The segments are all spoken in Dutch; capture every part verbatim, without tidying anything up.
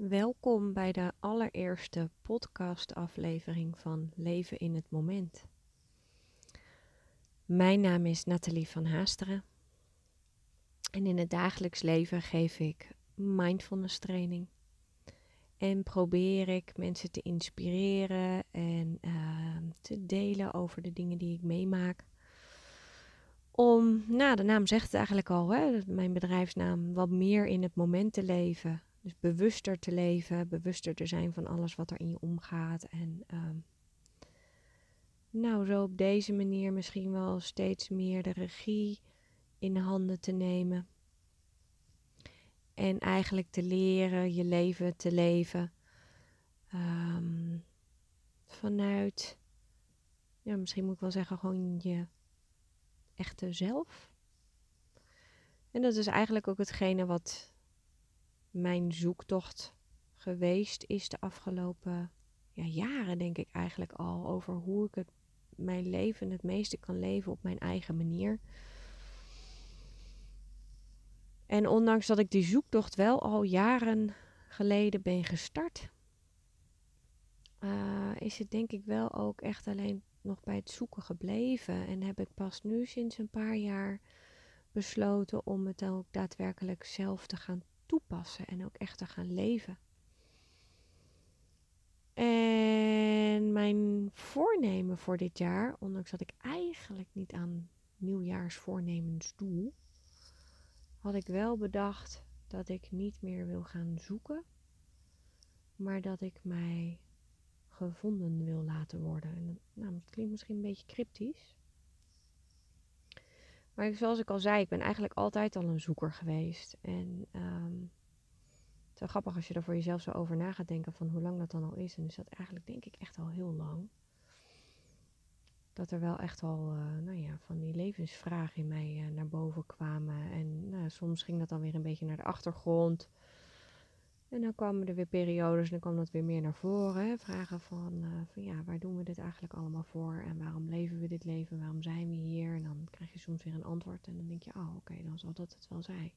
Welkom bij de allereerste podcastaflevering van Leven in het Moment. Mijn naam is Nathalie van Haasteren en in het dagelijks leven geef ik mindfulness training. En probeer ik mensen te inspireren en uh, te delen over de dingen die ik meemaak. Om, nou de naam zegt het eigenlijk al, hè, mijn bedrijfsnaam, wat meer in het moment te leven. Dus bewuster te leven, bewuster te zijn van alles wat er in je omgaat. En uh, nou, zo op deze manier misschien wel steeds meer de regie in handen te nemen. En eigenlijk te leren je leven te leven. Um, vanuit, ja, misschien moet ik wel zeggen, gewoon je echte zelf. En dat is eigenlijk ook hetgene wat mijn zoektocht geweest is de afgelopen ja, jaren, denk ik eigenlijk al. Over hoe ik het, mijn leven het meeste kan leven op mijn eigen manier. En ondanks dat ik die zoektocht wel al jaren geleden ben gestart, uh, is het denk ik wel ook echt alleen nog bij het zoeken gebleven. En heb ik pas nu sinds een paar jaar besloten om het ook daadwerkelijk zelf te gaan toepassen en ook echt te gaan leven. En mijn voornemen voor dit jaar, ondanks dat ik eigenlijk niet aan nieuwjaarsvoornemens doe, had ik wel bedacht dat ik niet meer wil gaan zoeken, maar dat ik mij gevonden wil laten worden. En, nou, dat klinkt misschien een beetje cryptisch. Maar zoals ik al zei, ik ben eigenlijk altijd al een zoeker geweest. En um, het is wel grappig als je er voor jezelf zo over na gaat denken van hoe lang dat dan al is. En is dat eigenlijk denk ik echt al heel lang. Dat er wel echt al uh, nou ja, van die levensvragen in mij uh, naar boven kwamen. En nou, soms ging dat dan weer een beetje naar de achtergrond. En dan kwamen er weer periodes en dan kwam dat weer meer naar voren. Hè? Vragen van, uh, van ja, waar doen we dit eigenlijk allemaal voor? En waarom leven we dit leven? Waarom zijn we hier? En dan krijg je soms weer een antwoord. En dan denk je, oh oké, okay, dan zal dat het wel zijn.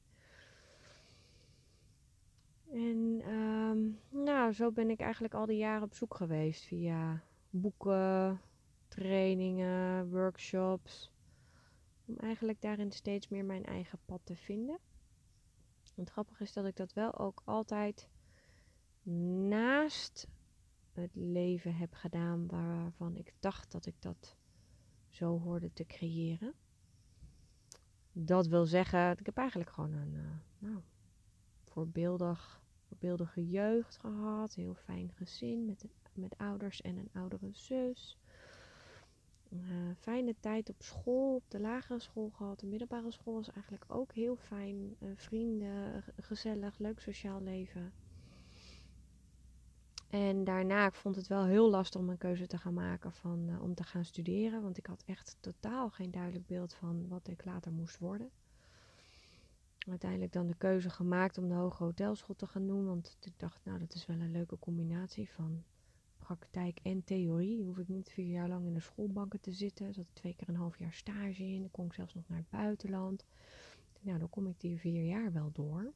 En um, nou, zo ben ik eigenlijk al die jaren op zoek geweest. Via boeken, trainingen, workshops. Om eigenlijk daarin steeds meer mijn eigen pad te vinden. En het grappige is dat ik dat wel ook altijd naast het leven heb gedaan waarvan ik dacht dat ik dat zo hoorde te creëren. Dat wil zeggen, ik heb eigenlijk gewoon een uh, nou, voorbeeldig, voorbeeldige jeugd gehad. Heel fijn gezin met, met ouders en een oudere zus. Uh, fijne tijd op school, op de lagere school gehad. De middelbare school was eigenlijk ook heel fijn. Uh, vrienden, gezellig, leuk sociaal leven. En daarna, ik vond het wel heel lastig om een keuze te gaan maken van, uh, om te gaan studeren. Want ik had echt totaal geen duidelijk beeld van wat ik later moest worden. Uiteindelijk dan de keuze gemaakt om de Hoge Hotelschool te gaan doen. Want ik dacht, nou dat is wel een leuke combinatie van praktijk en theorie. Dan hoef ik niet vier jaar lang in de schoolbanken te zitten. Er zat twee keer een half jaar stage in. Dan kon ik zelfs nog naar het buitenland. Nou, dan kom ik die vier jaar wel door.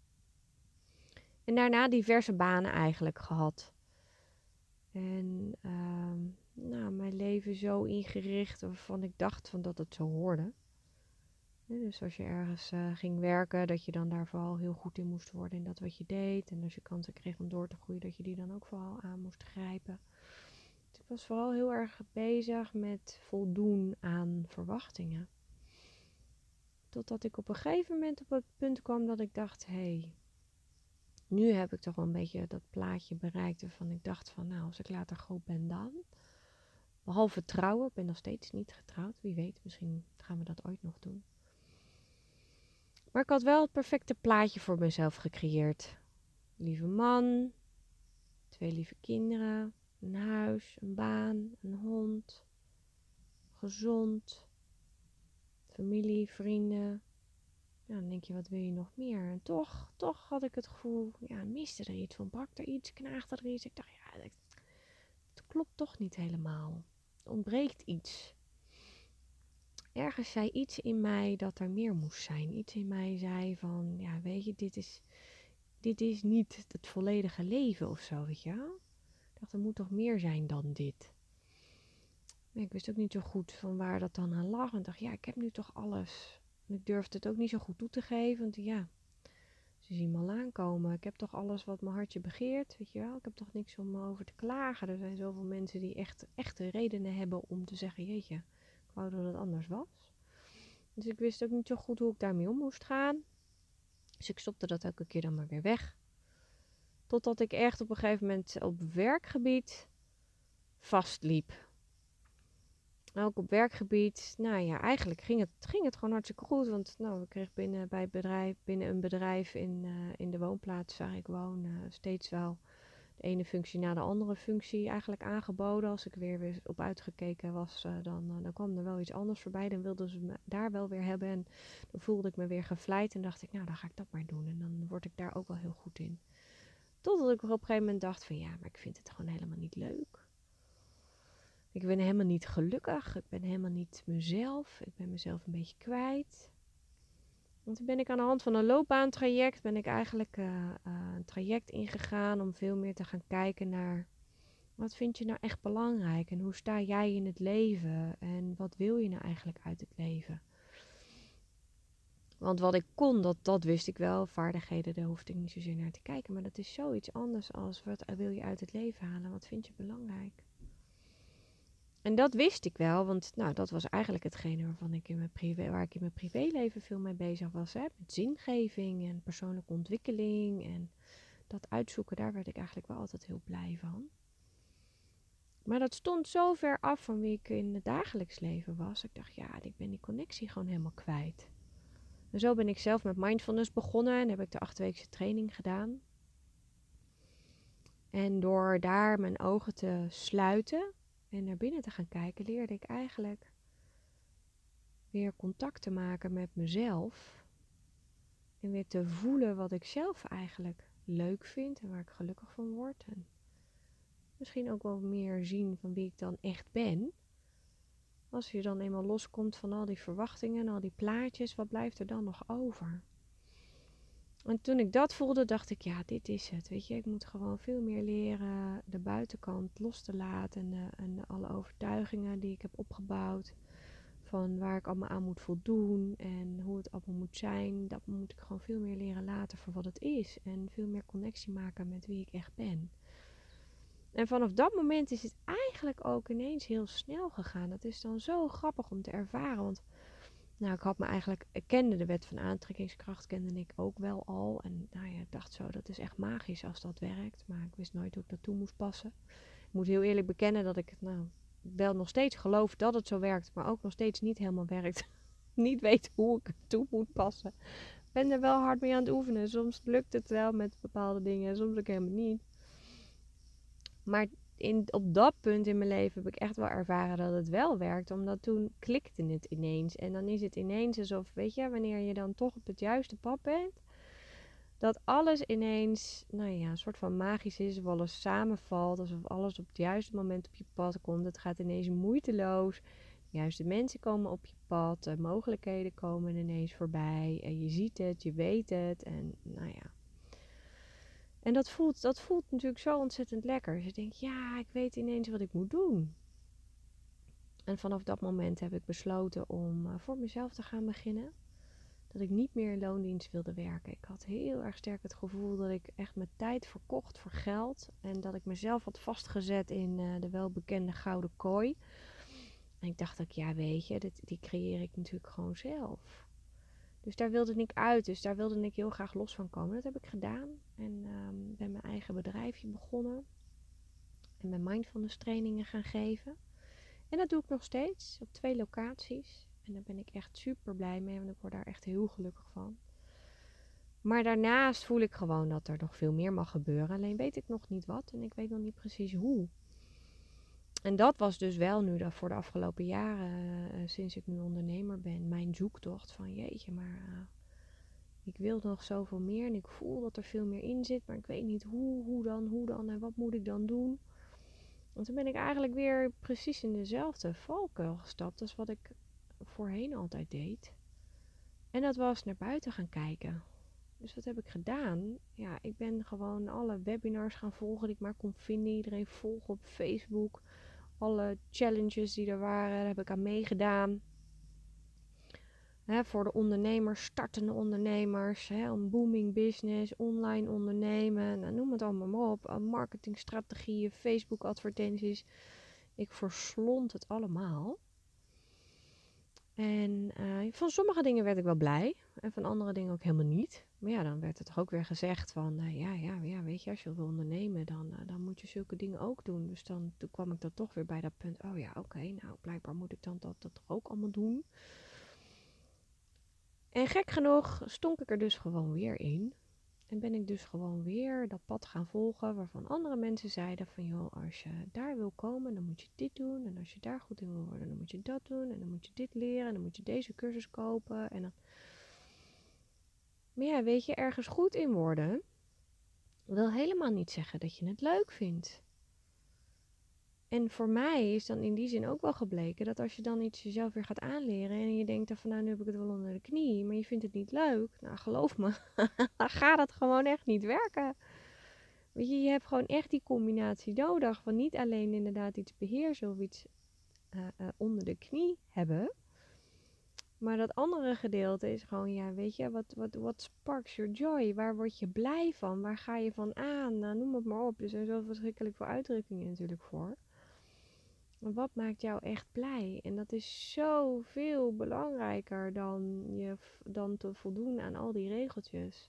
En daarna diverse banen eigenlijk gehad. En uh, nou, mijn leven zo ingericht waarvan ik dacht van dat het zo hoorde. Ja, dus als je ergens uh, ging werken, dat je dan daar vooral heel goed in moest worden in dat wat je deed. En als je kansen kreeg om door te groeien, dat je die dan ook vooral aan moest grijpen. Dus ik was vooral heel erg bezig met voldoen aan verwachtingen. Totdat ik op een gegeven moment op het punt kwam dat ik dacht, hé, hey, nu heb ik toch wel een beetje dat plaatje bereikt waarvan ik dacht van, nou, als ik later groot ben dan. Behalve trouwen, ik ben nog steeds niet getrouwd. Wie weet, misschien gaan we dat ooit nog doen. Maar ik had wel het perfecte plaatje voor mezelf gecreëerd. Lieve man, twee lieve kinderen, een huis, een baan, een hond, gezond, familie, vrienden. Ja, dan denk je, wat wil je nog meer? En toch, toch had ik het gevoel, ja, miste er iets van, brak er iets, knaagde er iets. Ik dacht, ja, het, het klopt toch niet helemaal. Er ontbreekt iets. Ergens zei iets in mij dat er meer moest zijn. Iets in mij zei van, ja, weet je, dit is, dit is niet het volledige leven of zo, weet je wel. Ik dacht, er moet toch meer zijn dan dit. Maar ik wist ook niet zo goed van waar dat dan aan lag. En dacht, ja, ik heb nu toch alles. En ik durfde het ook niet zo goed toe te geven. Want ja, ze zien me al aankomen. Ik heb toch alles wat mijn hartje begeert, weet je wel. Ik heb toch niks om over te klagen. Er zijn zoveel mensen die echt echte redenen hebben om te zeggen, jeetje, ik wou dat het anders was. Dus ik wist ook niet zo goed hoe ik daarmee om moest gaan. Dus ik stopte dat elke keer dan maar weer weg. Totdat ik echt op een gegeven moment op werkgebied vastliep. Ook op werkgebied, nou ja, eigenlijk ging het, ging het gewoon hartstikke goed. Want nou, ik kreeg binnen, bij bedrijf, binnen een bedrijf in, uh, in de woonplaats waar ik woon uh, steeds wel de ene functie na de andere functie eigenlijk aangeboden. Als ik weer, weer op uitgekeken was, uh, dan, uh, dan kwam er wel iets anders voorbij. Dan wilden ze me daar wel weer hebben. En dan voelde ik me weer gevleid en dacht ik, nou dan ga ik dat maar doen. En dan word ik daar ook wel heel goed in. Totdat ik op een gegeven moment dacht van ja, maar ik vind het gewoon helemaal niet leuk. Ik ben helemaal niet gelukkig. Ik ben helemaal niet mezelf. Ik ben mezelf een beetje kwijt. Want toen ben ik aan de hand van een loopbaantraject, ben ik eigenlijk uh, uh, een traject ingegaan om veel meer te gaan kijken naar wat vind je nou echt belangrijk en hoe sta jij in het leven en wat wil je nou eigenlijk uit het leven. Want wat ik kon, dat, dat wist ik wel. Vaardigheden, daar hoefde ik niet zozeer naar te kijken. Maar dat is zoiets anders als wat wil je uit het leven halen, wat vind je belangrijk. En dat wist ik wel, want nou, dat was eigenlijk hetgene waarvan ik in mijn privé, waar ik in mijn privéleven veel mee bezig was. Hè? Met zingeving en persoonlijke ontwikkeling en dat uitzoeken, daar werd ik eigenlijk wel altijd heel blij van. Maar dat stond zo ver af van wie ik in het dagelijks leven was. Ik dacht, ja, ik ben die connectie gewoon helemaal kwijt. En zo ben ik zelf met mindfulness begonnen en heb ik de achtweekse training gedaan. En door daar mijn ogen te sluiten en naar binnen te gaan kijken, leerde ik eigenlijk weer contact te maken met mezelf. En weer te voelen wat ik zelf eigenlijk leuk vind en waar ik gelukkig van word. En misschien ook wel meer zien van wie ik dan echt ben. Als je dan eenmaal loskomt van al die verwachtingen en al die plaatjes, wat blijft er dan nog over? En toen ik dat voelde, dacht ik, ja, dit is het. Weet je, ik moet gewoon veel meer leren de buitenkant los te laten. En, de, en de, alle overtuigingen die ik heb opgebouwd. Van waar ik allemaal aan moet voldoen. En hoe het allemaal moet zijn. Dat moet ik gewoon veel meer leren laten voor wat het is. En veel meer connectie maken met wie ik echt ben. En vanaf dat moment is het eigenlijk ook ineens heel snel gegaan. Dat is dan zo grappig om te ervaren. Want nou, ik had me eigenlijk, ik kende de wet van aantrekkingskracht, kende ik ook wel al. En nou ja, ik dacht zo, dat is echt magisch als dat werkt. Maar ik wist nooit hoe ik dat toe moest passen. Ik moet heel eerlijk bekennen dat ik het nou wel nog steeds geloof dat het zo werkt. Maar ook nog steeds niet helemaal werkt. Niet weet hoe ik het toe moet passen. Ik ben er wel hard mee aan het oefenen. Soms lukt het wel met bepaalde dingen, soms ook helemaal niet. Maar in, op dat punt in mijn leven heb ik echt wel ervaren dat het wel werkt. Omdat toen klikte het ineens. En dan is het ineens alsof, weet je, wanneer je dan toch op het juiste pad bent. Dat alles ineens, nou ja, een soort van magisch is. Of alles samenvalt. Alsof alles op het juiste moment op je pad komt. Het gaat ineens moeiteloos. De juiste mensen komen op je pad. De mogelijkheden komen ineens voorbij. En je ziet het, je weet het. En nou ja. En dat voelt, dat voelt natuurlijk zo ontzettend lekker. Dus je denkt, ja, ik weet ineens wat ik moet doen. En vanaf dat moment heb ik besloten om uh, voor mezelf te gaan beginnen. Dat ik niet meer in loondienst wilde werken. Ik had heel erg sterk het gevoel dat ik echt mijn tijd verkocht voor geld. En dat ik mezelf had vastgezet in uh, de welbekende gouden kooi. En ik dacht ook, ja weet je, dit, die creëer ik natuurlijk gewoon zelf. Dus daar wilde ik uit. Dus daar wilde ik heel graag los van komen. Dat heb ik gedaan. En um, ben mijn eigen bedrijfje begonnen. En mijn mindfulness trainingen gaan geven. En dat doe ik nog steeds. Op twee locaties. En daar ben ik echt super blij mee. Want ik word daar echt heel gelukkig van. Maar daarnaast voel ik gewoon dat er nog veel meer mag gebeuren. Alleen weet ik nog niet wat. En ik weet nog niet precies hoe. En dat was dus wel nu dat voor de afgelopen jaren, uh, sinds ik nu ondernemer ben, mijn zoektocht van jeetje, maar uh, ik wil nog zoveel meer en ik voel dat er veel meer in zit, maar ik weet niet hoe, hoe dan, hoe dan en wat moet ik dan doen. Want toen ben ik eigenlijk weer precies in dezelfde valkuil gestapt als wat ik voorheen altijd deed. En dat was naar buiten gaan kijken. Dus wat heb ik gedaan? Ja, ik ben gewoon alle webinars gaan volgen die ik maar kon vinden. Iedereen volgen op Facebook. Alle challenges die er waren, daar heb ik aan meegedaan. Hè, voor de ondernemers, startende ondernemers, hè, een booming business, online ondernemen, nou, noem het allemaal maar op. Marketingstrategieën, Facebook advertenties. Ik verslond het allemaal. En uh, van sommige dingen werd ik wel blij en van andere dingen ook helemaal niet. Maar ja, dan werd er toch ook weer gezegd van, uh, ja, ja, ja, weet je, als je wil ondernemen, dan, uh, dan moet je zulke dingen ook doen. Dus dan toen kwam ik dan toch weer bij dat punt, oh ja, oké, okay, nou blijkbaar moet ik dan dat, dat toch ook allemaal doen. En gek genoeg stonk ik er dus gewoon weer in. En ben ik dus gewoon weer dat pad gaan volgen waarvan andere mensen zeiden van joh, als je daar wil komen, dan moet je dit doen. En als je daar goed in wil worden, dan moet je dat doen. En dan moet je dit leren en dan moet je deze cursus kopen. En dan... Maar ja, weet je, ergens goed in worden wil helemaal niet zeggen dat je het leuk vindt. En voor mij is dan in die zin ook wel gebleken dat als je dan iets jezelf weer gaat aanleren en je denkt dan van nou nu heb ik het wel onder de knie, maar je vindt het niet leuk, nou geloof me, dan gaat het gewoon echt niet werken. Weet je, je hebt gewoon echt die combinatie nodig van niet alleen inderdaad iets beheersen of iets uh, uh, onder de knie hebben, maar dat andere gedeelte is gewoon, ja weet je, wat what, what sparks your joy, waar word je blij van, waar ga je van aan, nou, noem het maar op, er zijn zo verschrikkelijk veel uitdrukkingen natuurlijk voor. Maar wat maakt jou echt blij? En dat is zoveel belangrijker dan, je, dan te voldoen aan al die regeltjes.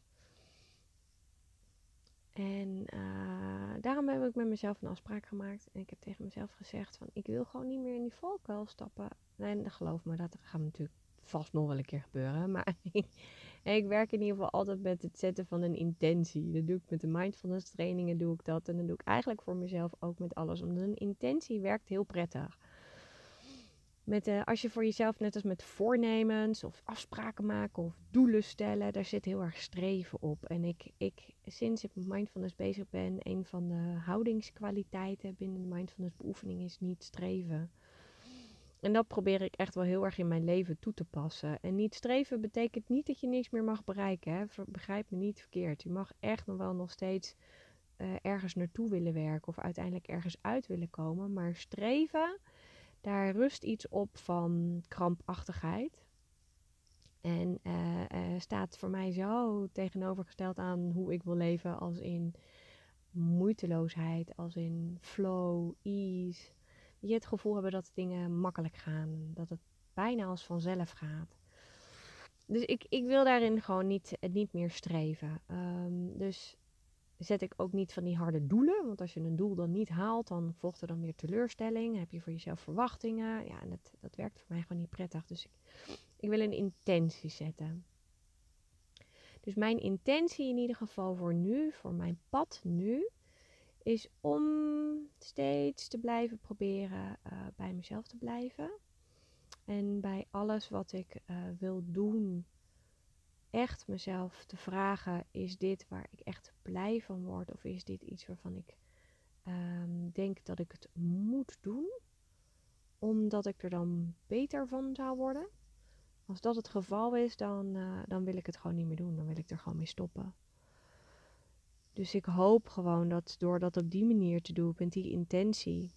En uh, daarom heb ik met mezelf een afspraak gemaakt. En ik heb tegen mezelf gezegd van ik wil gewoon niet meer in die valkuil stappen. En geloof me, dat gaat natuurlijk vast nog wel een keer gebeuren. Maar ik werk in ieder geval altijd met het zetten van een intentie. Dat doe ik met de mindfulness trainingen, doe ik dat. En dat doe ik eigenlijk voor mezelf ook met alles. Omdat een intentie werkt heel prettig. Met, uh, als je voor jezelf, net als met voornemens of afspraken maken of doelen stellen, daar zit heel erg streven op. En ik, ik sinds ik met mindfulness bezig ben, een van de houdingskwaliteiten binnen de mindfulness beoefening is niet streven. En dat probeer ik echt wel heel erg in mijn leven toe te passen. En niet streven betekent niet dat je niks meer mag bereiken. Hè? Begrijp me niet verkeerd. Je mag echt nog wel nog steeds uh, ergens naartoe willen werken of uiteindelijk ergens uit willen komen. Maar streven, daar rust iets op van krampachtigheid. En uh, uh, staat voor mij zo tegenovergesteld aan hoe ik wil leven, als in moeiteloosheid, als in flow, ease. Je het gevoel hebben dat dingen makkelijk gaan, dat het bijna als vanzelf gaat. Dus ik, ik wil daarin gewoon niet, niet meer streven. Um, dus zet ik ook niet van die harde doelen. Want als je een doel dan niet haalt, dan volgt er dan weer teleurstelling. Heb je voor jezelf verwachtingen. Ja, en dat, dat werkt voor mij gewoon niet prettig. Dus ik, ik wil een intentie zetten. Dus mijn intentie in ieder geval voor nu, voor mijn pad nu, is om steeds te blijven proberen uh, bij mezelf te blijven. En bij alles wat ik uh, wil doen, echt mezelf te vragen, is dit waar ik echt blij van word? Of is dit iets waarvan ik um, denk dat ik het moet doen? Omdat ik er dan beter van zou worden? Als dat het geval is, dan, uh, dan wil ik het gewoon niet meer doen. Dan wil ik er gewoon mee stoppen. Dus ik hoop gewoon dat door dat op die manier te doen, met die intentie,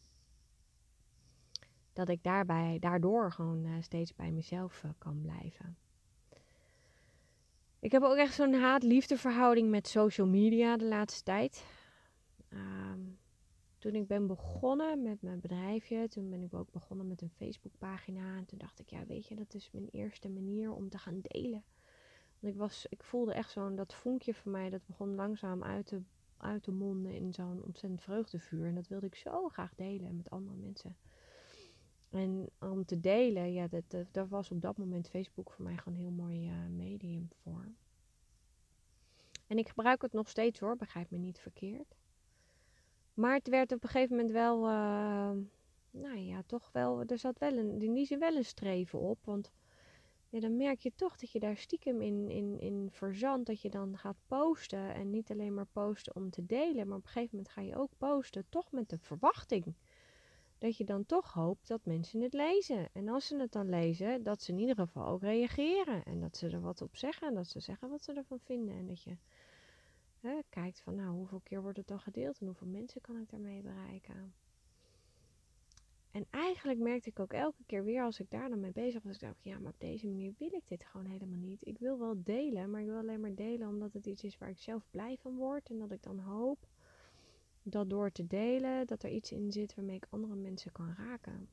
dat ik daarbij, daardoor gewoon uh, steeds bij mezelf uh, kan blijven. Ik heb ook echt zo'n haat-liefde verhouding met social media de laatste tijd. Um, toen ik ben begonnen met mijn bedrijfje, toen ben ik ook begonnen met een Facebookpagina. En toen dacht ik, ja weet je, dat is mijn eerste manier om te gaan delen. Want ik, was, ik voelde echt zo'n, dat vonkje van mij, dat begon langzaam uit te, uit te monden in zo'n ontzettend vreugdevuur. En dat wilde ik zo graag delen met andere mensen. En om te delen, ja, dat, dat, daar was op dat moment Facebook voor mij gewoon een heel mooi uh, medium voor. En ik gebruik het nog steeds hoor, begrijp me niet verkeerd. Maar het werd op een gegeven moment wel, uh, nou ja, toch wel, er zat wel een, in die zin wel een streven op. Want ja, dan merk je toch dat je daar stiekem in, in, in verzandt, dat je dan gaat posten. En niet alleen maar posten om te delen, maar op een gegeven moment ga je ook posten, toch met de verwachting dat je dan toch hoopt dat mensen het lezen. En als ze het dan lezen, dat ze in ieder geval ook reageren. En dat ze er wat op zeggen. En dat ze zeggen wat ze ervan vinden. En dat je hè, kijkt van, nou, hoeveel keer wordt het dan gedeeld? En hoeveel mensen kan ik daarmee bereiken? En eigenlijk merkte ik ook elke keer weer als ik daar dan mee bezig was. Ik dacht, ja, maar op deze manier wil ik dit gewoon helemaal niet. Ik wil wel delen, maar ik wil alleen maar delen omdat het iets is waar ik zelf blij van word. En dat ik dan hoop dat door te delen, dat er iets in zit waarmee ik andere mensen kan raken.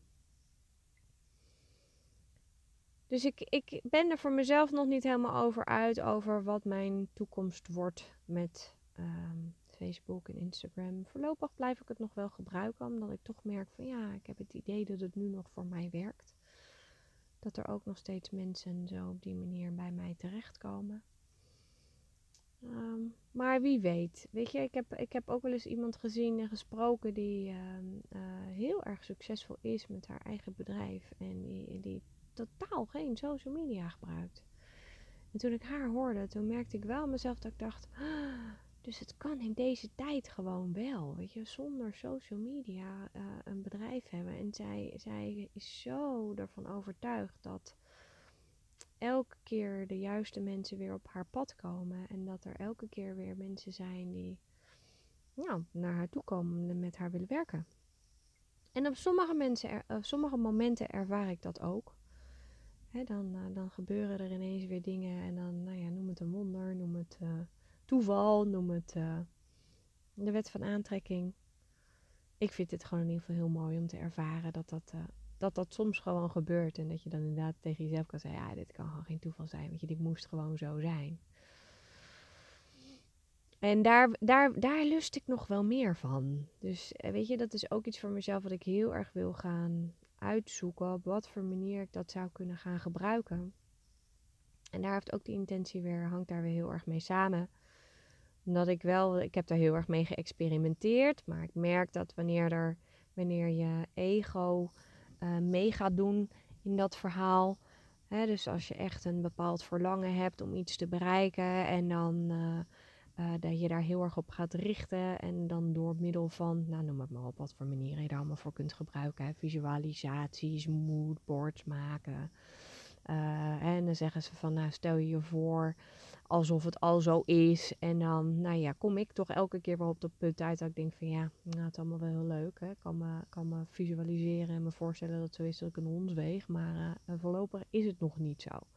Dus ik, ik ben er voor mezelf nog niet helemaal over uit, over wat mijn toekomst wordt met um, Facebook en Instagram. Voorlopig blijf ik het nog wel gebruiken, omdat ik toch merk van ja, ik heb het idee dat het nu nog voor mij werkt. Dat er ook nog steeds mensen zo op die manier bij mij terechtkomen. Um, maar wie weet, weet je, ik heb, ik heb ook wel eens iemand gezien en gesproken die um, uh, heel erg succesvol is met haar eigen bedrijf. En die, die totaal geen social media gebruikt. En toen ik haar hoorde, toen merkte ik wel aan mezelf dat ik dacht, ah, dus het kan in deze tijd gewoon wel, weet je, zonder social media uh, een bedrijf hebben. En zij, zij is zo ervan overtuigd dat elke keer de juiste mensen weer op haar pad komen. En dat er elke keer weer mensen zijn die nou, naar haar toe komen en met haar willen werken. En op sommige, mensen er, op sommige momenten ervaar ik dat ook. He, dan, uh, dan gebeuren er ineens weer dingen. En dan, nou ja, noem het een wonder, noem het uh, toeval, noem het uh, de wet van aantrekking. Ik vind het gewoon in ieder geval heel mooi om te ervaren dat dat... Uh, dat dat soms gewoon gebeurt. En dat je dan inderdaad tegen jezelf kan zeggen, ja, dit kan gewoon geen toeval zijn. Want je, dit moest gewoon zo zijn. En daar, daar, daar lust ik nog wel meer van. Dus weet je, dat is ook iets voor mezelf wat ik heel erg wil gaan uitzoeken. Op wat voor manier ik dat zou kunnen gaan gebruiken. En daar heeft ook de intentie weer, hangt daar weer heel erg mee samen. Omdat ik wel, ik heb daar heel erg mee geëxperimenteerd. Maar ik merk dat wanneer, er, wanneer je ego uh, mee gaat doen in dat verhaal. Hè, dus als je echt een bepaald verlangen hebt om iets te bereiken. En dan uh, uh, dat je daar heel erg op gaat richten. En dan door middel van, nou noem het maar op wat voor manieren je daar allemaal voor kunt gebruiken. Hè, visualisaties, moodboards maken. Uh, en dan zeggen ze van, nou stel je je voor alsof het al zo is. En dan, nou ja, kom ik toch elke keer wel op dat punt uit dat ik denk van ja, nou het is allemaal wel heel leuk. Ik kan me, kan me visualiseren en me voorstellen dat het zo is dat ik een hond weeg. Maar uh, voorlopig is het nog niet zo.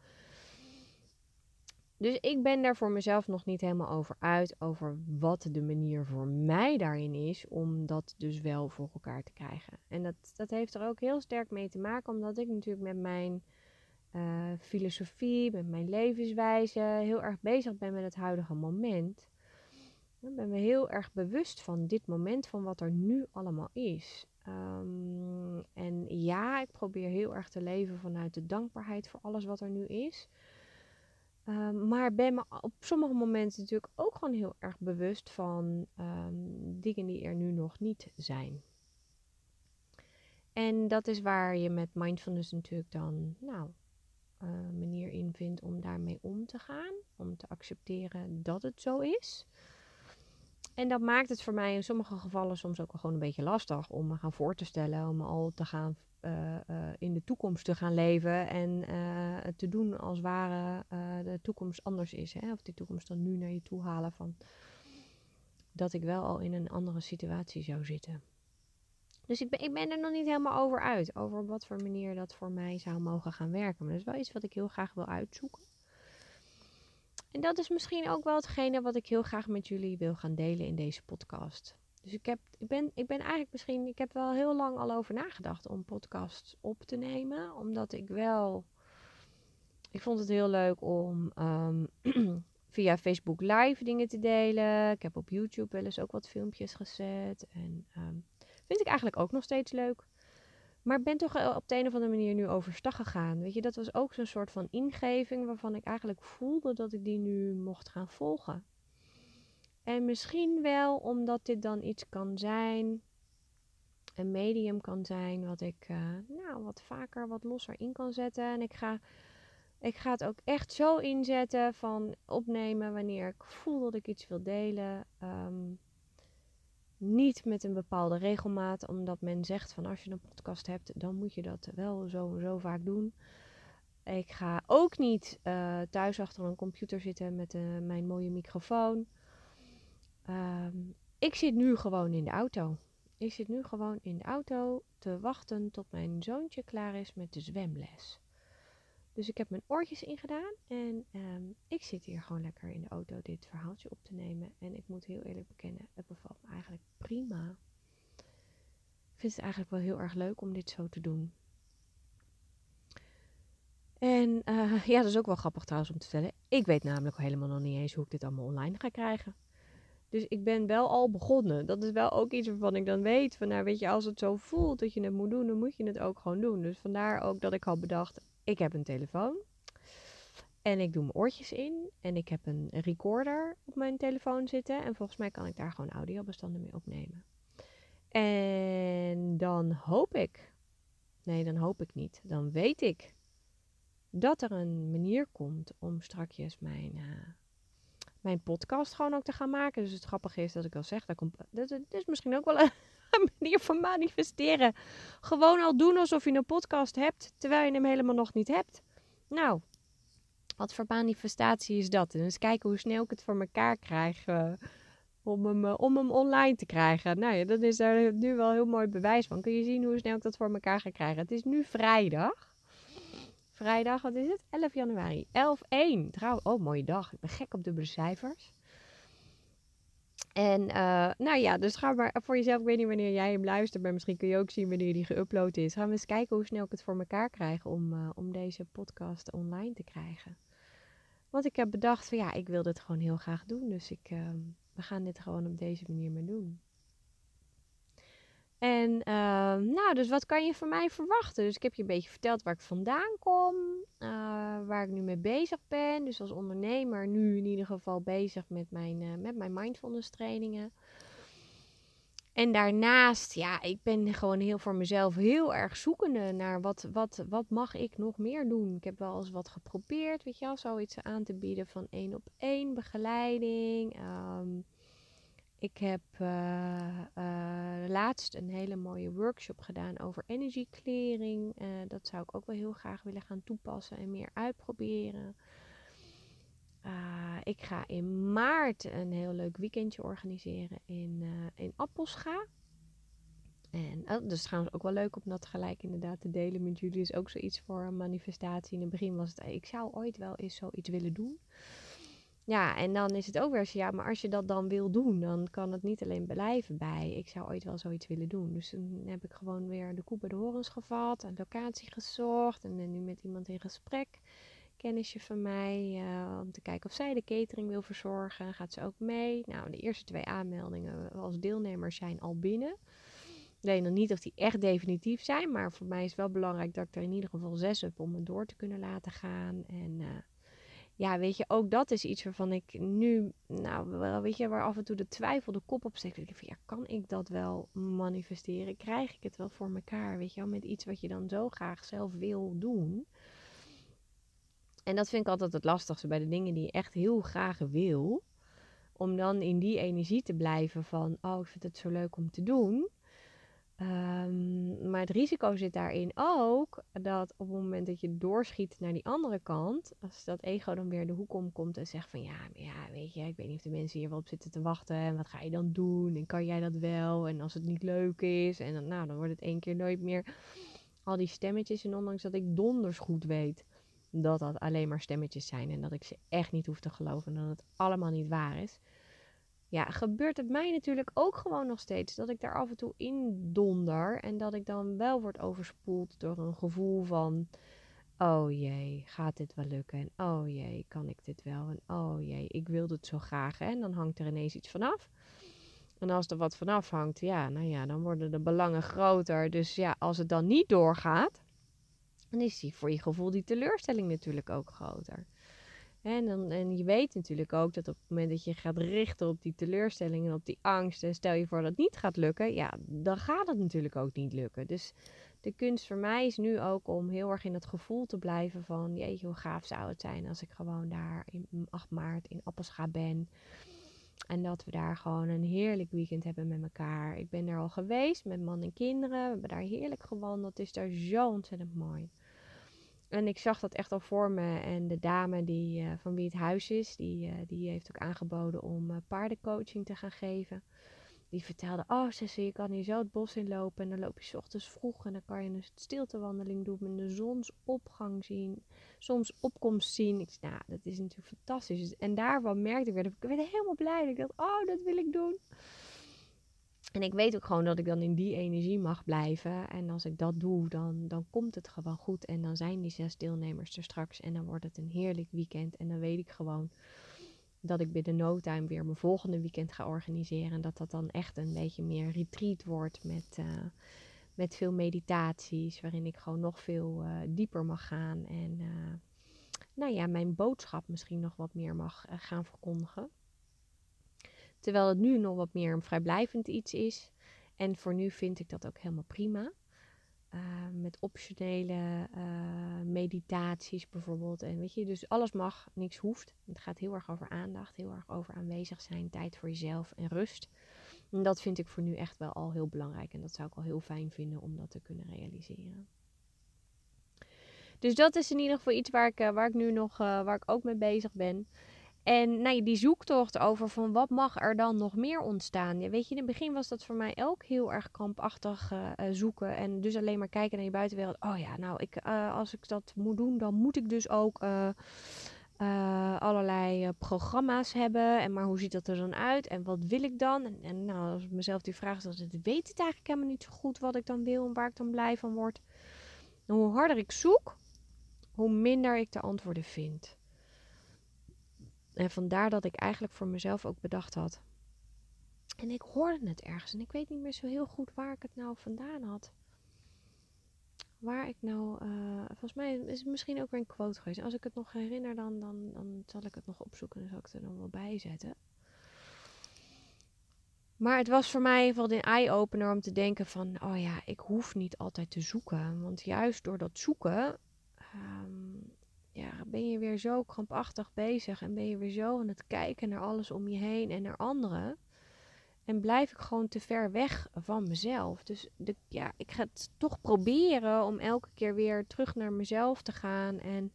Dus ik ben daar voor mezelf nog niet helemaal over uit. Over wat de manier voor mij daarin is om dat dus wel voor elkaar te krijgen. En dat, dat heeft er ook heel sterk mee te maken. Omdat ik natuurlijk met mijn uh, filosofie, met mijn levenswijze heel erg bezig ben met het huidige moment. Ik ben me heel erg bewust van dit moment, van wat er nu allemaal is. Um, en ja, ik probeer heel erg te leven vanuit de dankbaarheid voor alles wat er nu is. Um, maar ben me op sommige momenten natuurlijk ook gewoon heel erg bewust van um, dingen die er nu nog niet zijn. En dat is waar je met mindfulness natuurlijk dan, nou, een uh, manier in vindt om daarmee om te gaan. Om te accepteren dat het zo is. En dat maakt het voor mij in sommige gevallen soms ook wel gewoon een beetje lastig om me gaan voor te stellen. Om al te gaan uh, uh, in de toekomst te gaan leven. En uh, te doen als ware uh, de toekomst anders is. Hè? Of die toekomst dan nu naar je toe halen van dat ik wel al in een andere situatie zou zitten. Dus ik ben, ik ben er nog niet helemaal over uit. Over op wat voor manier dat voor mij zou mogen gaan werken. Maar dat is wel iets wat ik heel graag wil uitzoeken. En dat is misschien ook wel hetgene wat ik heel graag met jullie wil gaan delen in deze podcast. Dus ik, heb, ik, ben, ik ben eigenlijk misschien, ik heb wel heel lang al over nagedacht om podcasts op te nemen. Omdat ik wel, ik vond het heel leuk om um, via Facebook live dingen te delen. Ik heb op YouTube wel eens ook wat filmpjes gezet. En um, vind ik eigenlijk ook nog steeds leuk. Maar ben toch op de een of andere manier nu overstag gegaan. Weet je, dat was ook zo'n soort van ingeving waarvan ik eigenlijk voelde dat ik die nu mocht gaan volgen. En misschien wel omdat dit dan iets kan zijn, een medium kan zijn wat ik uh, nou, wat vaker, wat losser in kan zetten. En ik ga, ik ga het ook echt zo inzetten van opnemen wanneer ik voel dat ik iets wil delen. Um, Niet met een bepaalde regelmaat, omdat men zegt van als je een podcast hebt, dan moet je dat wel zo en zo vaak doen. Ik ga ook niet uh, thuis achter een computer zitten met uh, mijn mooie microfoon. Um, ik zit nu gewoon in de auto. Ik zit nu gewoon in de auto te wachten tot mijn zoontje klaar is met de zwemles. Dus ik heb mijn oortjes ingedaan en um, ik zit hier gewoon lekker in de auto dit verhaaltje op te nemen. En ik moet heel eerlijk bekennen, het bevalt me eigenlijk prima. Ik vind het eigenlijk wel heel erg leuk om dit zo te doen. En uh, ja, dat is ook wel grappig trouwens om te vertellen. Ik weet namelijk helemaal nog niet eens hoe ik dit allemaal online ga krijgen. Dus ik ben wel al begonnen. Dat is wel ook iets waarvan ik dan weet. Van nou weet je, als het zo voelt dat je het moet doen, dan moet je het ook gewoon doen. Dus vandaar ook dat ik had bedacht, ik heb een telefoon. En ik doe mijn oortjes in. En ik heb een recorder op mijn telefoon zitten. En volgens mij kan ik daar gewoon audiobestanden mee opnemen. En dan hoop ik. Nee, dan hoop ik niet. Dan weet ik dat er een manier komt om strakjes mijn, uh, mijn podcast gewoon ook te gaan maken. Dus het grappige is dat ik al zeg, dat, komt, dat, dat is misschien ook wel een, een manier van manifesteren. Gewoon al doen alsof je een podcast hebt, terwijl je hem helemaal nog niet hebt. Nou, wat voor manifestatie is dat? En eens kijken hoe snel ik het voor elkaar krijg uh, om, hem, uh, om hem online te krijgen. Nou ja, dat is er nu wel heel mooi bewijs van. Kun je zien hoe snel ik dat voor elkaar ga krijgen. Het is nu vrijdag. Vrijdag, wat is het? elf januari. elf één. Trouw, oh, mooie dag. Ik ben gek op dubbele cijfers. En uh, nou ja, dus ga maar voor jezelf. Ik weet niet wanneer jij hem luistert, maar misschien kun je ook zien wanneer die geüpload is. Gaan we eens kijken hoe snel ik het voor elkaar krijg om, uh, om deze podcast online te krijgen. Want ik heb bedacht van ja, ik wil dit gewoon heel graag doen. Dus ik, uh, we gaan dit gewoon op deze manier maar doen. En uh, nou, dus wat kan je van mij verwachten? Dus ik heb je een beetje verteld waar ik vandaan kom, uh, waar ik nu mee bezig ben. Dus als ondernemer nu in ieder geval bezig met mijn, uh, met mijn mindfulness trainingen. En daarnaast, ja, ik ben gewoon heel voor mezelf heel erg zoekende naar wat, wat, wat mag ik nog meer doen. Ik heb wel eens wat geprobeerd, weet je wel, zoiets aan te bieden van één op één begeleiding. Um, Ik heb uh, uh, laatst een hele mooie workshop gedaan over energieclearing. Uh, dat zou ik ook wel heel graag willen gaan toepassen en meer uitproberen. Uh, ik ga in maart een heel leuk weekendje organiseren in, uh, in Appelscha. En uh, dat is trouwens ook wel leuk om dat gelijk inderdaad te delen met jullie. Is ook zoiets voor een manifestatie. In het begin was het, ik zou ooit wel eens zoiets willen doen. Ja, en dan is het ook weer zo, ja, maar als je dat dan wil doen, dan kan het niet alleen blijven bij, ik zou ooit wel zoiets willen doen. Dus toen heb ik gewoon weer de koe bij de horens gevat, een locatie gezocht en ben nu met iemand in gesprek, kennisje van mij, uh, om te kijken of zij de catering wil verzorgen. Gaat ze ook mee? Nou, de eerste twee aanmeldingen als deelnemers zijn al binnen. Ik weet nog niet of die echt definitief zijn, maar voor mij is het wel belangrijk dat ik er in ieder geval zes heb om het door te kunnen laten gaan. En uh, ja, weet je, ook dat is iets waarvan ik nu, nou, wel, weet je, waar af en toe de twijfel de kop op steekt. Ik denk van, ja, kan ik dat wel manifesteren? Krijg ik het wel voor elkaar, weet je wel, met iets wat je dan zo graag zelf wil doen? En dat vind ik altijd het lastigste bij de dingen die je echt heel graag wil. Om dan in die energie te blijven van, oh, ik vind het zo leuk om te doen. Um, maar het risico zit daarin ook dat op het moment dat je doorschiet naar die andere kant, als dat ego dan weer de hoek omkomt en zegt van ja, ja, weet je, ik weet niet of de mensen hier wel op zitten te wachten en wat ga je dan doen en kan jij dat wel en als het niet leuk is en dan, nou, dan wordt het één keer nooit meer al die stemmetjes. En ondanks dat ik donders goed weet dat dat alleen maar stemmetjes zijn en dat ik ze echt niet hoef te geloven en dat het allemaal niet waar is. Ja, gebeurt het mij natuurlijk ook gewoon nog steeds dat ik daar af en toe in donder en dat ik dan wel word overspoeld door een gevoel van, oh jee, gaat dit wel lukken? En oh jee, kan ik dit wel? En oh jee, ik wil dit zo graag. Hè? En dan hangt er ineens iets vanaf. En als er wat vanaf hangt, ja, nou ja, dan worden de belangen groter. Dus ja, als het dan niet doorgaat, dan is die voor je gevoel die teleurstelling natuurlijk ook groter. En, dan, en je weet natuurlijk ook dat op het moment dat je gaat richten op die teleurstelling en op die angst, en stel je voor dat het niet gaat lukken, ja, dan gaat het natuurlijk ook niet lukken. Dus de kunst voor mij is nu ook om heel erg in het gevoel te blijven van, jeetje, hoe gaaf zou het zijn als ik gewoon daar in acht maart in Appelscha ben. En dat we daar gewoon een heerlijk weekend hebben met elkaar. Ik ben daar al geweest met man en kinderen. We hebben daar heerlijk gewandeld. Het is daar zo ontzettend mooi. En ik zag dat echt al voor me. En de dame die, uh, van wie het huis is, die, uh, die heeft ook aangeboden om uh, paardencoaching te gaan geven. Die vertelde, oh Cecile, je kan hier zo het bos in lopen. En dan loop je 's ochtends vroeg en dan kan je een stiltewandeling doen. En de zonsopgang zien, zonsopkomst zien. Ik zei, nou, dat is natuurlijk fantastisch. En daarvan merkte ik weer, ik werd helemaal blij. Ik dacht, oh, dat wil ik doen. En ik weet ook gewoon dat ik dan in die energie mag blijven. En als ik dat doe, dan, dan komt het gewoon goed. En dan zijn die zes deelnemers er straks. En dan wordt het een heerlijk weekend. En dan weet ik gewoon dat ik binnen no time weer mijn volgende weekend ga organiseren. En dat dat dan echt een beetje meer retreat wordt met, uh, met veel meditaties. Waarin ik gewoon nog veel uh, dieper mag gaan. En uh, nou ja, mijn boodschap misschien nog wat meer mag uh, gaan verkondigen. Terwijl het nu nog wat meer een vrijblijvend iets is. En voor nu vind ik dat ook helemaal prima. Uh, met optionele uh, meditaties bijvoorbeeld. En weet je, dus alles mag, niks hoeft. Het gaat heel erg over aandacht, heel erg over aanwezig zijn, tijd voor jezelf en rust. En dat vind ik voor nu echt wel al heel belangrijk. En dat zou ik al heel fijn vinden om dat te kunnen realiseren. Dus dat is in ieder geval iets waar ik, uh, waar ik nu nog, uh, waar ik ook mee bezig ben. En nou, die zoektocht over van wat mag er dan nog meer ontstaan. Ja, weet je, in het begin was dat voor mij ook heel erg krampachtig uh, zoeken. En dus alleen maar kijken naar je buitenwereld. Oh ja, nou, ik, uh, als ik dat moet doen, dan moet ik dus ook uh, uh, allerlei uh, programma's hebben. En maar hoe ziet dat er dan uit? En wat wil ik dan? En, en nou, als ik mezelf die vraag stel, dan weet het eigenlijk helemaal niet zo goed wat ik dan wil en waar ik dan blij van word. En hoe harder ik zoek, hoe minder ik de antwoorden vind. En vandaar dat ik eigenlijk voor mezelf ook bedacht had. En ik hoorde het ergens. En ik weet niet meer zo heel goed waar ik het nou vandaan had. Waar ik nou... Uh, volgens mij is het misschien ook weer een quote geweest. En als ik het nog herinner, dan, dan, dan zal ik het nog opzoeken. En dan zal ik het er dan wel bij zetten. Maar het was voor mij wel een eye-opener om te denken van... Oh ja, ik hoef niet altijd te zoeken. Want juist door dat zoeken... Um, ja, ben je weer zo krampachtig bezig en ben je weer zo aan het kijken naar alles om je heen en naar anderen. En blijf ik gewoon te ver weg van mezelf. Dus de, ja, ik ga het toch proberen om elke keer weer terug naar mezelf te gaan. En,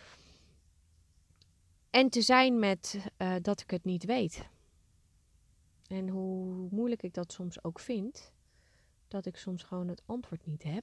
en te zijn met uh, dat ik het niet weet. En hoe moeilijk ik dat soms ook vind. Dat ik soms gewoon het antwoord niet heb.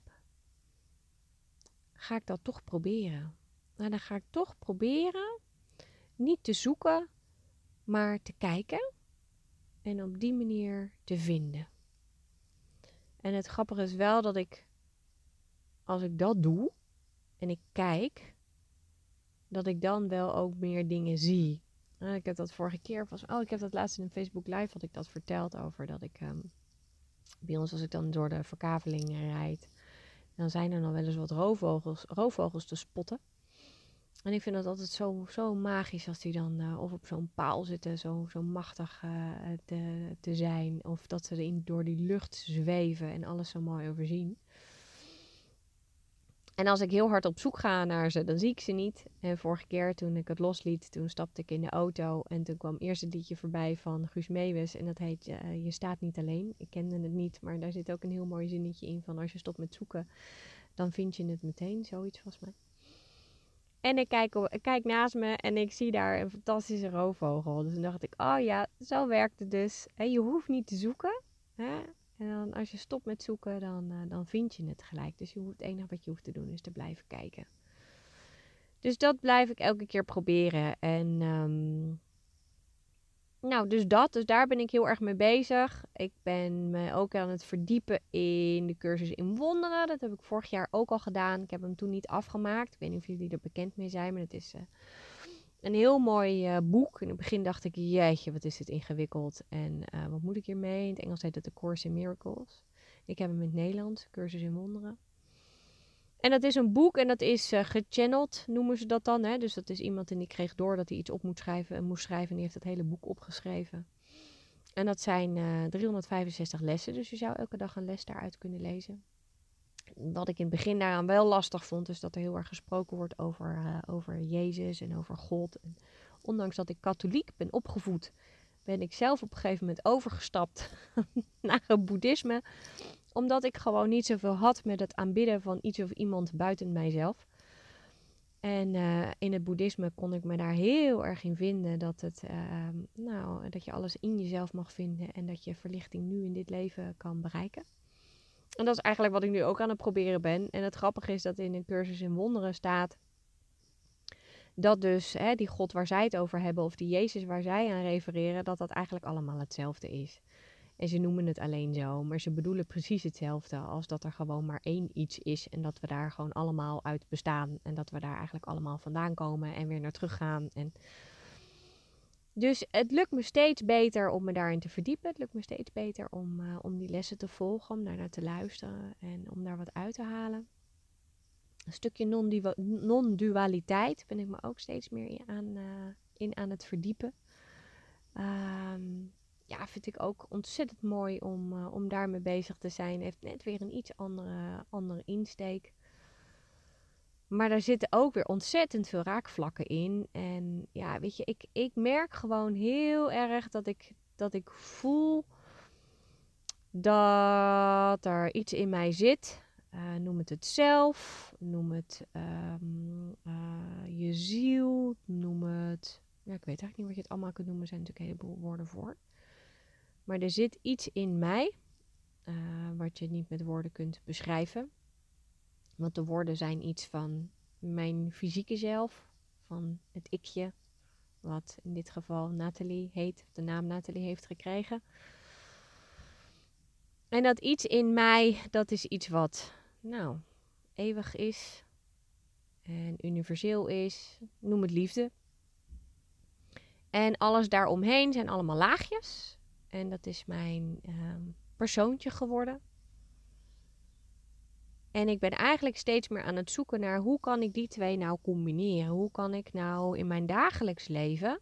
Ga ik dat toch proberen. Nou, dan ga ik toch proberen niet te zoeken, maar te kijken en op die manier te vinden. En het grappige is wel dat ik, als ik dat doe en ik kijk, dat ik dan wel ook meer dingen zie. Nou, ik heb dat vorige keer, was, oh ik heb dat laatst in een Facebook live, had ik dat verteld over dat ik, um, bij ons als ik dan door de verkaveling rijd, dan zijn er nog wel eens wat roofvogels, roofvogels te spotten. En ik vind dat altijd zo, zo magisch als die dan uh, of op zo'n paal zitten, zo, zo machtig uh, te, te zijn. Of dat ze in, door die lucht zweven en alles zo mooi overzien. En als ik heel hard op zoek ga naar ze, dan zie ik ze niet. En vorige keer toen ik het losliet, toen stapte ik in de auto. En toen kwam eerst het liedje voorbij van Guus Meeuwis. En dat heet uh, Je staat niet alleen. Ik kende het niet, maar daar zit ook een heel mooi zinnetje in van als je stopt met zoeken, dan vind je het meteen. Zoiets volgens mij. En ik kijk, op, ik kijk naast me en ik zie daar een fantastische roofvogel. Dus toen dacht ik, oh ja, zo werkt het dus. En je hoeft niet te zoeken. Hè? En dan als je stopt met zoeken, dan, uh, dan vind je het gelijk. Dus je hoeft, het enige wat je hoeft te doen is te blijven kijken. Dus dat blijf ik elke keer proberen. En um, nou, dus dat. Dus daar ben ik heel erg mee bezig. Ik ben me ook aan het verdiepen in de cursus in wonderen. Dat heb ik vorig jaar ook al gedaan. Ik heb hem toen niet afgemaakt. Ik weet niet of jullie er bekend mee zijn, maar het is uh, een heel mooi uh, boek. In het begin dacht ik, jeetje, wat is dit ingewikkeld. En uh, wat moet ik hiermee? In het Engels heet het The Course in Miracles. Ik heb hem in het Nederlands, cursus in wonderen. En dat is een boek en dat is uh, gechanneld, noemen ze dat dan. Hè? Dus dat is iemand en die kreeg door dat hij iets op moet schrijven, en moest schrijven. En die heeft het hele boek opgeschreven. En dat zijn uh, driehonderdvijfenzestig lessen. Dus je zou elke dag een les daaruit kunnen lezen. Wat ik in het begin daaraan wel lastig vond, is dat er heel erg gesproken wordt over, uh, over Jezus en over God. En ondanks dat ik katholiek ben opgevoed, ben ik zelf op een gegeven moment overgestapt naar het boeddhisme. Omdat ik gewoon niet zoveel had met het aanbidden van iets of iemand buiten mijzelf. En uh, in het boeddhisme kon ik me daar heel erg in vinden. Dat, het, uh, nou, dat je alles in jezelf mag vinden. En dat je verlichting nu in dit leven kan bereiken. En dat is eigenlijk wat ik nu ook aan het proberen ben. En het grappige is dat in een cursus in wonderen staat dat dus hè, die God waar zij het over hebben, of die Jezus waar zij aan refereren, dat dat eigenlijk allemaal hetzelfde is. En ze noemen het alleen zo, maar ze bedoelen precies hetzelfde als dat er gewoon maar één iets is en dat we daar gewoon allemaal uit bestaan en dat we daar eigenlijk allemaal vandaan komen en weer naar terug gaan. En dus het lukt me steeds beter om me daarin te verdiepen. Het lukt me steeds beter om, uh, om die lessen te volgen, om daarnaar te luisteren en om daar wat uit te halen. Een stukje non-dualiteit ben ik me ook steeds meer in aan, uh, in aan het verdiepen. Um, ja, vind ik ook ontzettend mooi om, uh, om daarmee bezig te zijn. Heeft net weer een iets andere, andere insteek. Maar daar zitten ook weer ontzettend veel raakvlakken in. En ja, weet je, ik, ik merk gewoon heel erg dat ik, dat ik voel dat er iets in mij zit. Uh, noem het het zelf, noem het um, uh, je ziel, noem het... Ja, ik weet eigenlijk niet wat je het allemaal kunt noemen. Er zijn natuurlijk een heleboel woorden voor. Maar er zit iets in mij, uh, wat je niet met woorden kunt beschrijven. Want de woorden zijn iets van mijn fysieke zelf, van het ikje, wat in dit geval Nathalie heet, of de naam Nathalie heeft gekregen. En dat iets in mij, dat is iets wat, nou, eeuwig is en universeel is. Noem het liefde. En alles daaromheen zijn allemaal laagjes. En dat is mijn um, persoontje geworden. En ik ben eigenlijk steeds meer aan het zoeken naar hoe kan ik die twee nou combineren? Hoe kan ik nou in mijn dagelijks leven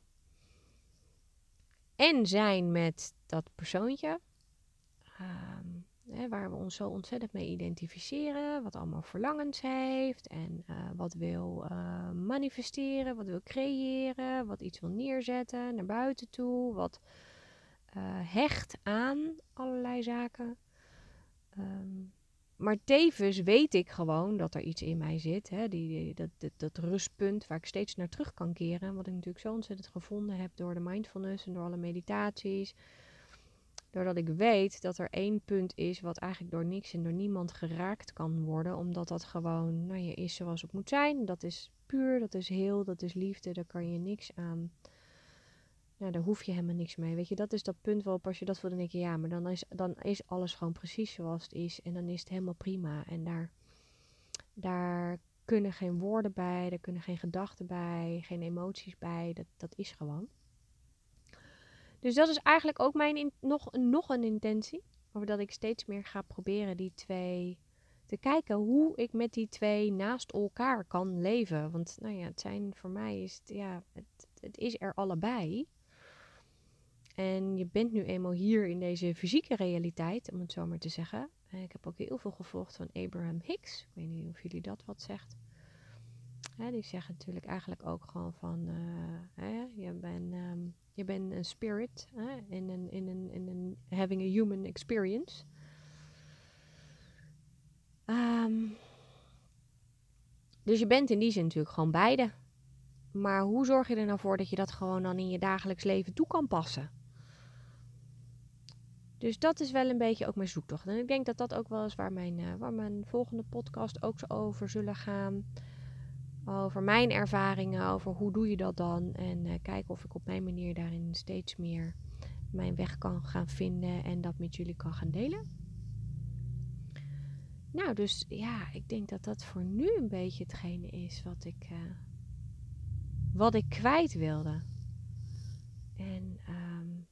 en zijn met dat persoontje, um, hè, waar we ons zo ontzettend mee identificeren, wat allemaal verlangens heeft en uh, wat wil uh, manifesteren, wat wil creëren, wat iets wil neerzetten naar buiten toe, wat uh, hecht aan allerlei zaken. Um, Maar tevens weet ik gewoon dat er iets in mij zit. Hè, die, die, dat, dat, dat rustpunt waar ik steeds naar terug kan keren. Wat ik natuurlijk zo ontzettend gevonden heb door de mindfulness en door alle meditaties. Doordat ik weet dat er één punt is wat eigenlijk door niks en door niemand geraakt kan worden. Omdat dat gewoon, nou je is zoals het moet zijn. Dat is puur, dat is heel, dat is liefde. Daar kan je niks aan... Nou, daar hoef je helemaal niks mee. Weet je, dat is dat punt waarop als je dat voelt, dan denk je, ja, maar dan is, dan is alles gewoon precies zoals het is. En dan is het helemaal prima. En daar, daar kunnen geen woorden bij, daar kunnen geen gedachten bij, geen emoties bij. Dat, dat is gewoon. Dus dat is eigenlijk ook mijn in, nog, nog een intentie. Over dat ik steeds meer ga proberen die twee te kijken hoe ik met die twee naast elkaar kan leven. Want nou ja, het zijn voor mij is het, ja, het, het is er allebei. En je bent nu eenmaal hier in deze fysieke realiteit, om het zo maar te zeggen. Ik heb ook heel veel gevolgd van Abraham Hicks. Ik weet niet of jullie dat wat zegt. Ja, die zeggen natuurlijk eigenlijk ook gewoon van... Uh, hè, je bent um, je bent een spirit. Hè, in een, in een, in een having a human experience. Um, dus je bent in die zin natuurlijk gewoon beide. Maar hoe zorg je er nou voor dat je dat gewoon dan in je dagelijks leven toe kan passen? Dus dat is wel een beetje ook mijn zoektocht. En ik denk dat dat ook wel is waar mijn, uh, waar mijn volgende podcast ook zo over zullen gaan. Over mijn ervaringen, over hoe doe je dat dan. En uh, kijken of ik op mijn manier daarin steeds meer mijn weg kan gaan vinden. En dat met jullie kan gaan delen. Nou, dus ja, ik denk dat dat voor nu een beetje hetgene is wat ik, uh, wat ik kwijt wilde. En um,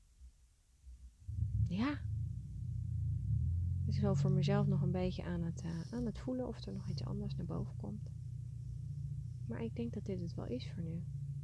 ja... Dus ik ben voor mezelf nog een beetje aan het, uh, aan het voelen of er nog iets anders naar boven komt. Maar ik denk dat dit het wel is voor nu.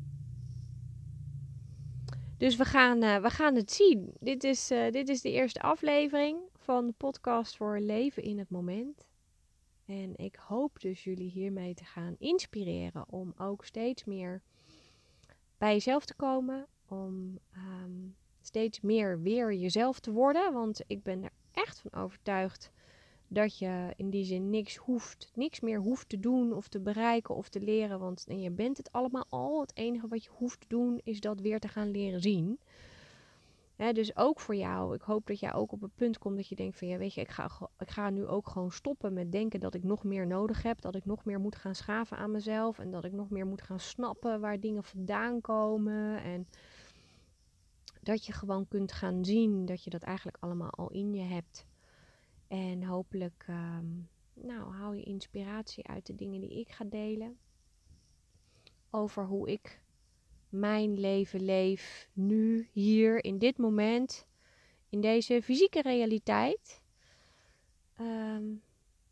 Dus we gaan, uh, we gaan het zien. Dit is, uh, dit is de eerste aflevering van de podcast voor Leven in het Moment. En ik hoop dus jullie hiermee te gaan inspireren om ook steeds meer bij jezelf te komen. Om um, steeds meer weer jezelf te worden. Want ik ben er echt van overtuigd dat je in die zin niks hoeft, niks meer hoeft te doen of te bereiken of te leren. Want en je bent het allemaal al. Het enige wat je hoeft te doen is dat weer te gaan leren zien. Hè, dus ook voor jou. Ik hoop dat jij ook op het punt komt dat je denkt van ja, weet je, ik ga, ik ga nu ook gewoon stoppen met denken dat ik nog meer nodig heb. Dat ik nog meer moet gaan schaven aan mezelf. En dat ik nog meer moet gaan snappen waar dingen vandaan komen. En dat je gewoon kunt gaan zien dat je dat eigenlijk allemaal al in je hebt. En hopelijk um, nou, hou je inspiratie uit de dingen die ik ga delen. Over hoe ik mijn leven leef nu, hier, in dit moment. In deze fysieke realiteit. Um,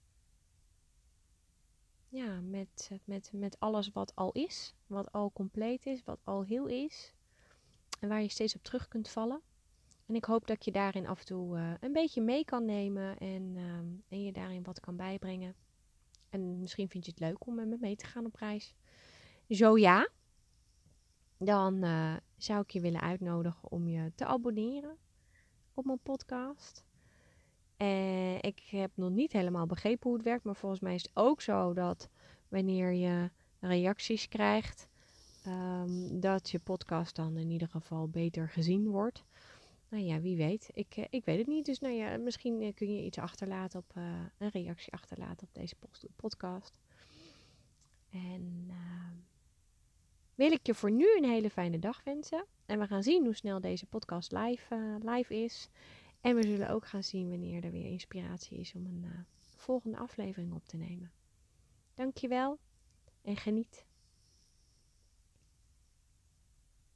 ja, met, met, met alles wat al is. Wat al compleet is. Wat al heel is. En waar je steeds op terug kunt vallen. En ik hoop dat je daarin af en toe uh, een beetje mee kan nemen. En, um, en je daarin wat kan bijbrengen. En misschien vind je het leuk om met me mee te gaan op reis. Zo ja. Dan uh, zou ik je willen uitnodigen om je te abonneren op mijn podcast. En ik heb nog niet helemaal begrepen hoe het werkt. Maar volgens mij is het ook zo dat wanneer je reacties krijgt, um, dat je podcast dan in ieder geval beter gezien wordt. Nou ja, wie weet. Ik, uh, ik weet het niet. Dus nou ja, misschien uh, kun je iets achterlaten op uh, een reactie achterlaten op deze post- podcast. En uh, wil ik je voor nu een hele fijne dag wensen. En we gaan zien hoe snel deze podcast live, uh, live is. En we zullen ook gaan zien wanneer er weer inspiratie is om een uh, volgende aflevering op te nemen. Dankjewel en geniet.